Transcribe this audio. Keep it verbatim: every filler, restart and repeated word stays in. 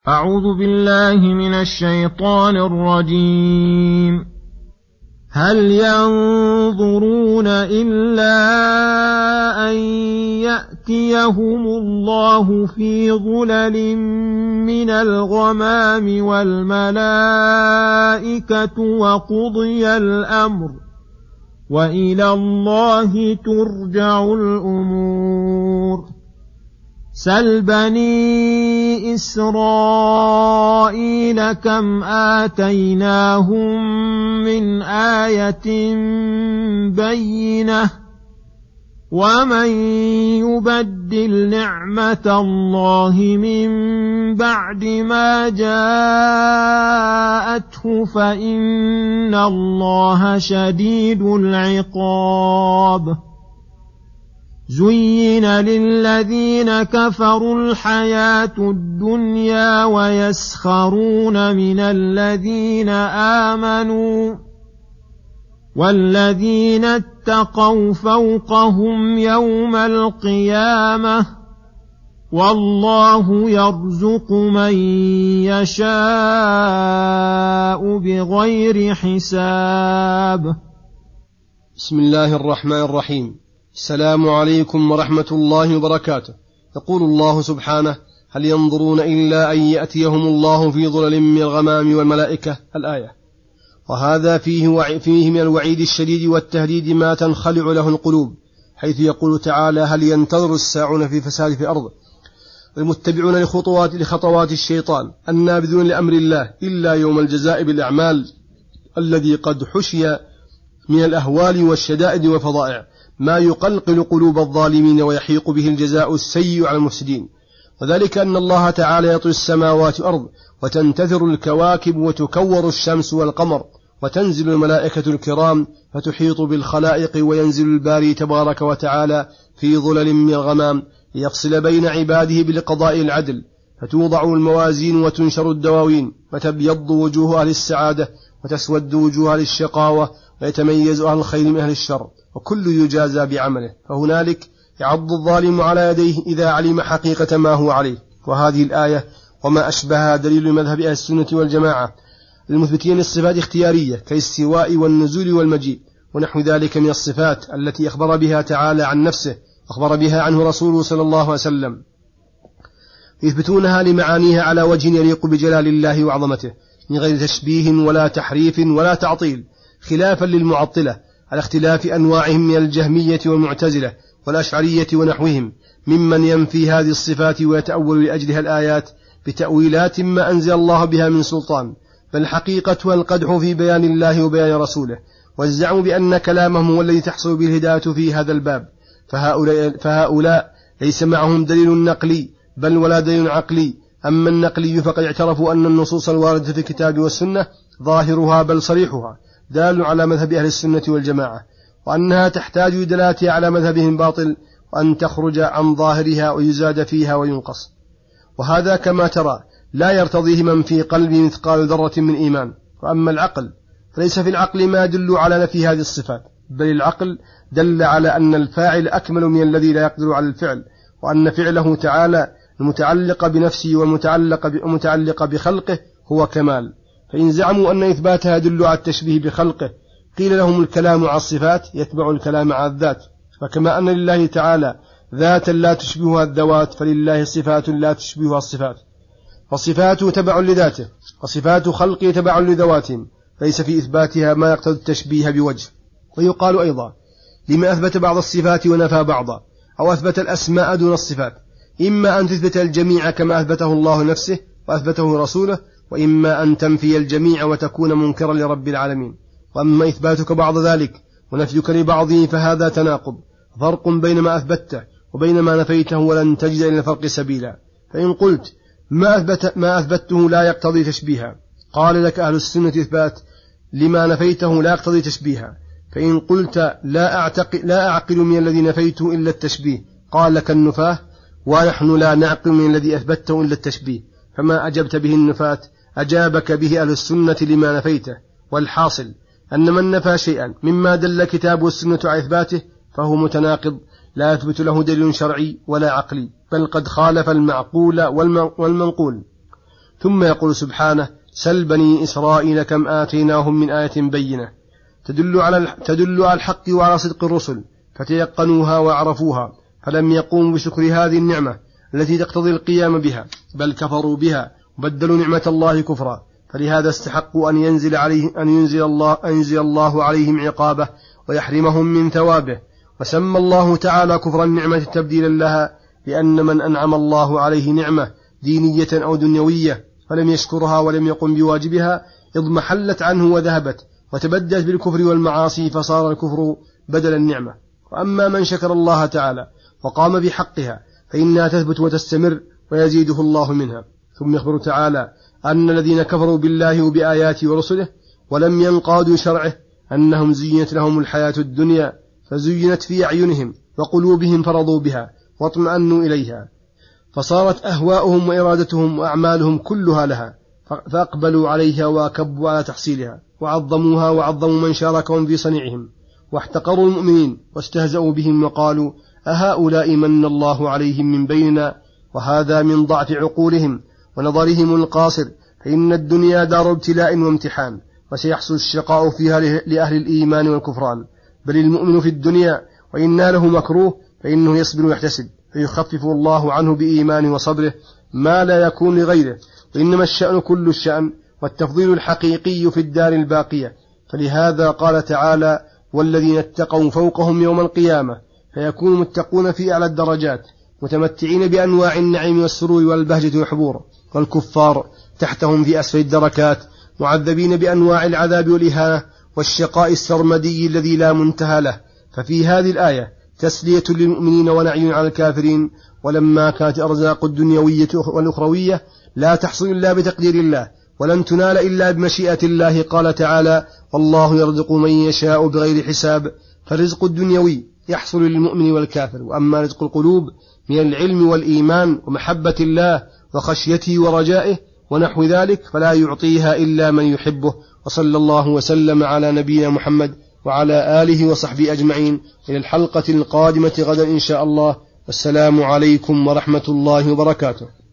أعوذ بالله من الشيطان الرجيم. هل ينظرون إلا أن يأتيهم الله في ظلل من الغمام والملائكة وقضي الأمر وإلى الله ترجع الأمور. سل بني إسرائيل كم آتيناهم من آية بينة ومن يبدل نعمة الله من بعد ما جاءته فإن الله شديد العقاب. زين للذين كفروا الحياة الدنيا ويسخرون من الذين آمنوا والذين اتقوا فوقهم يوم القيامة والله يرزق من يشاء بغير حساب. بسم الله الرحمن الرحيم. السلام عليكم ورحمة الله وبركاته. يقول الله سبحانه: هل ينظرون إلا أن يأتيهم الله في ظلل من الغمام والملائكة. الآية. وهذا فيه, فيه من الوعيد الشديد والتهديد ما تنخلع له القلوب، حيث يقول تعالى: هل ينتظر الساعون في فساد في الأرض المتبعون لخطوات, لخطوات الشيطان النابذون لأمر الله إلا يوم الجزاء بالأعمال الذي قد حشي من الأهوال والشدائد والفضائع ما يقلقل قلوب الظالمين ويحيق به الجزاء السيء على المفسدين. وذلك أن الله تعالى يطوي السماوات والأرض وتنتثر الكواكب وتكور الشمس والقمر وتنزل الملائكة الكرام فتحيط بالخلائق وينزل الباري تبارك وتعالى في ظلل من الغمام ليفصل بين عباده بالقضاء العدل، فتوضع الموازين وتنشر الدواوين فتبيض وجوه أهل السعادة وتسود وجوه أهل الشقاوة ويتميز أهل الخير من أهل الشر، وكل يجازى بعمله. فهنالك يعض الظالم على يديه إذا علم حقيقة ما هو عليه. وهذه الآية وما أشبهها دليل مذهب أهل السنة والجماعة المثبتين الصفات اختيارية كالاستواء والنزول والمجيء ونحو ذلك من الصفات التي أخبر بها تعالى عن نفسه أخبر بها عنه رسوله صلى الله عليه وسلم، يثبتونها لمعانيها على وجه يليق بجلال الله وعظمته من غير تشبيه ولا تحريف ولا تعطيل، خلافا للمعطلة على اختلاف أنواعهم من الجهمية والمعتزلة والأشعرية ونحوهم ممن ينفي هذه الصفات ويتأول لأجلها الآيات بتأويلات ما أنزل الله بها من سلطان، بل حقيقتها القدح في بيان الله وبيان رسوله، والزعم بأن كلامهم هو الذي تحصل به الهداية في هذا الباب. فهؤلاء, فهؤلاء ليس معهم دليل نقلي بل ولا دليل عقلي. أما النقلي فقد اعترفوا أن النصوص الواردة في الكتاب والسنة ظاهرها بل صريحها دال على مذهب أهل السنة والجماعة، وأنها تحتاج دلالتها على مذهبهم باطل، وأن تخرج عن ظاهرها ويزاد فيها وينقص. وهذا كما ترى لا يرتضيه من في قلبه مثقال ذرة من إيمان. وأما العقل فليس في العقل ما يدل على نفي هذه الصفات، بل العقل دل على أن الفاعل أكمل من الذي لا يقدر على الفعل، وأن فعله تعالى المتعلق بنفسه والمتعلق بخلقه هو كمال. فإن زعموا أن إثباتها يدل على التشبيه بخلقه قيل لهم الكلام على الصفات يتبع الكلام على الذات، فكما أن لله تعالى ذاتا لا تشبهها الذوات فلله صفات لا تشبهها الصفات، فصفاته تبع لذاته وصفات خلقه تبع لذواتهم، ليس في إثباتها ما يقتضي التشبيه بوجه. ويقال أيضا لما أثبت بعض الصفات ونفى بعضا، أو أثبت الأسماء دون الصفات، إما أن تثبت الجميع كما أثبته الله نفسه وأثبته رسوله، وإما أن تنفي الجميع وتكون منكرا لرب العالمين. وأما إثباتك بعض ذلك ونفيك لبعضه فهذا تناقض، فرق بين ما أثبته وبين ما نفيته، ولن تجد إلى الفرق سبيلا. فإن قلت ما, أثبت ما أثبته لا يقتضي تشبيها، قال لك أهل السنة إثبات لما نفيته لا يقتضي تشبيها. فإن قلت لا أعتقد لا أعقل من الذي نفيته إلا التشبيه، قال لك النفاه ونحن لا نعقل من الذي أثبته إلا التشبيه. فما أجبت به النفاة أجابك به أهل السنة لما نفيته. والحاصل أن من نفى شيئا مما دل الكتاب والسنة على إثباته فهو متناقض لا يثبت له دليل شرعي ولا عقلي، بل قد خالف المعقول والمنقول. ثم يقول سبحانه سل بني إسرائيل كم آتيناهم من آية بينة تدل على, تدل على الحق وعلى صدق الرسل فتيقنوها وعرفوها، فلم يقوموا بشكر هذه النعمة التي تقتضي القيام بها، بل كفروا بها وبدلوا نعمة الله كفرا، فلهذا استحقوا أن ينزل, عليه أن ينزل, الله, أن ينزل الله عليهم عقابه ويحرمهم من ثوابه. وسمى الله تعالى كفر النعمة تبديلا لها، لأن من أنعم الله عليه نعمة دينية أو دنيوية فلم يشكرها ولم يقم بواجبها اضمحلت عنه وذهبت وتبدلت بالكفر والمعاصي، فصار الكفر بدل النعمة. وأما من شكر الله تعالى وقام بحقها فإنها تثبت وتستمر ويزيده الله منها. ثم يخبر تعالى أن الذين كفروا بالله وبآياته ورسله ولم ينقادوا شرعه أنهم زينت لهم الحياة الدنيا فزينت في أعينهم وقلوبهم فرضوا بها واطمأنوا إليها، فصارت أهواؤهم وإرادتهم وأعمالهم كلها لها، فأقبلوا عليها وأكبوا على تحصيلها وعظموها وعظموا من شاركهم في صنيعهم، واحتقروا المؤمنين واستهزأوا بهم وقالوا أهؤلاء من الله عليهم من بيننا، وهذا من ضعف عقولهم ونظرهم القاصر، فإن الدنيا دار ابتلاء وامتحان وسيحصل الشقاء فيها لأهل الإيمان والكفران، بل المؤمن في الدنيا وإن له مكروه فإنه يصبر ويحتسب فيخفف الله عنه بإيمانه وصبره ما لا يكون لغيره، وإنما الشأن كل الشأن والتفضيل الحقيقي في الدار الباقية. فلهذا قال تعالى والذين اتقوا فوقهم يوم القيامة، فيكون متقون في أعلى الدرجات متمتعين بأنواع النعيم والسرور والبهجة والحبور، والكفار تحتهم في أسفل الدركات معذبين بأنواع العذاب والإهانة والشقاء السرمدي الذي لا منتهى له. ففي هذه الآية تسلية للمؤمنين ونعي على الكافرين. ولما كانت أرزاق الدنيوية والأخروية لا تحصل إلا بتقدير الله ولن تنال إلا بمشيئة الله، قال تعالى والله يرزق من يشاء بغير حساب. فالرزق الدنيوي يحصل للمؤمن والكافر، وأما رزق القلوب من العلم والإيمان ومحبة الله وخشيته ورجائه ونحو ذلك فلا يعطيها إلا من يحبه. وصلى الله وسلم على نبينا محمد وعلى آله وصحبه أجمعين. إلى الحلقة القادمة غدا إن شاء الله، والسلام عليكم ورحمة الله وبركاته.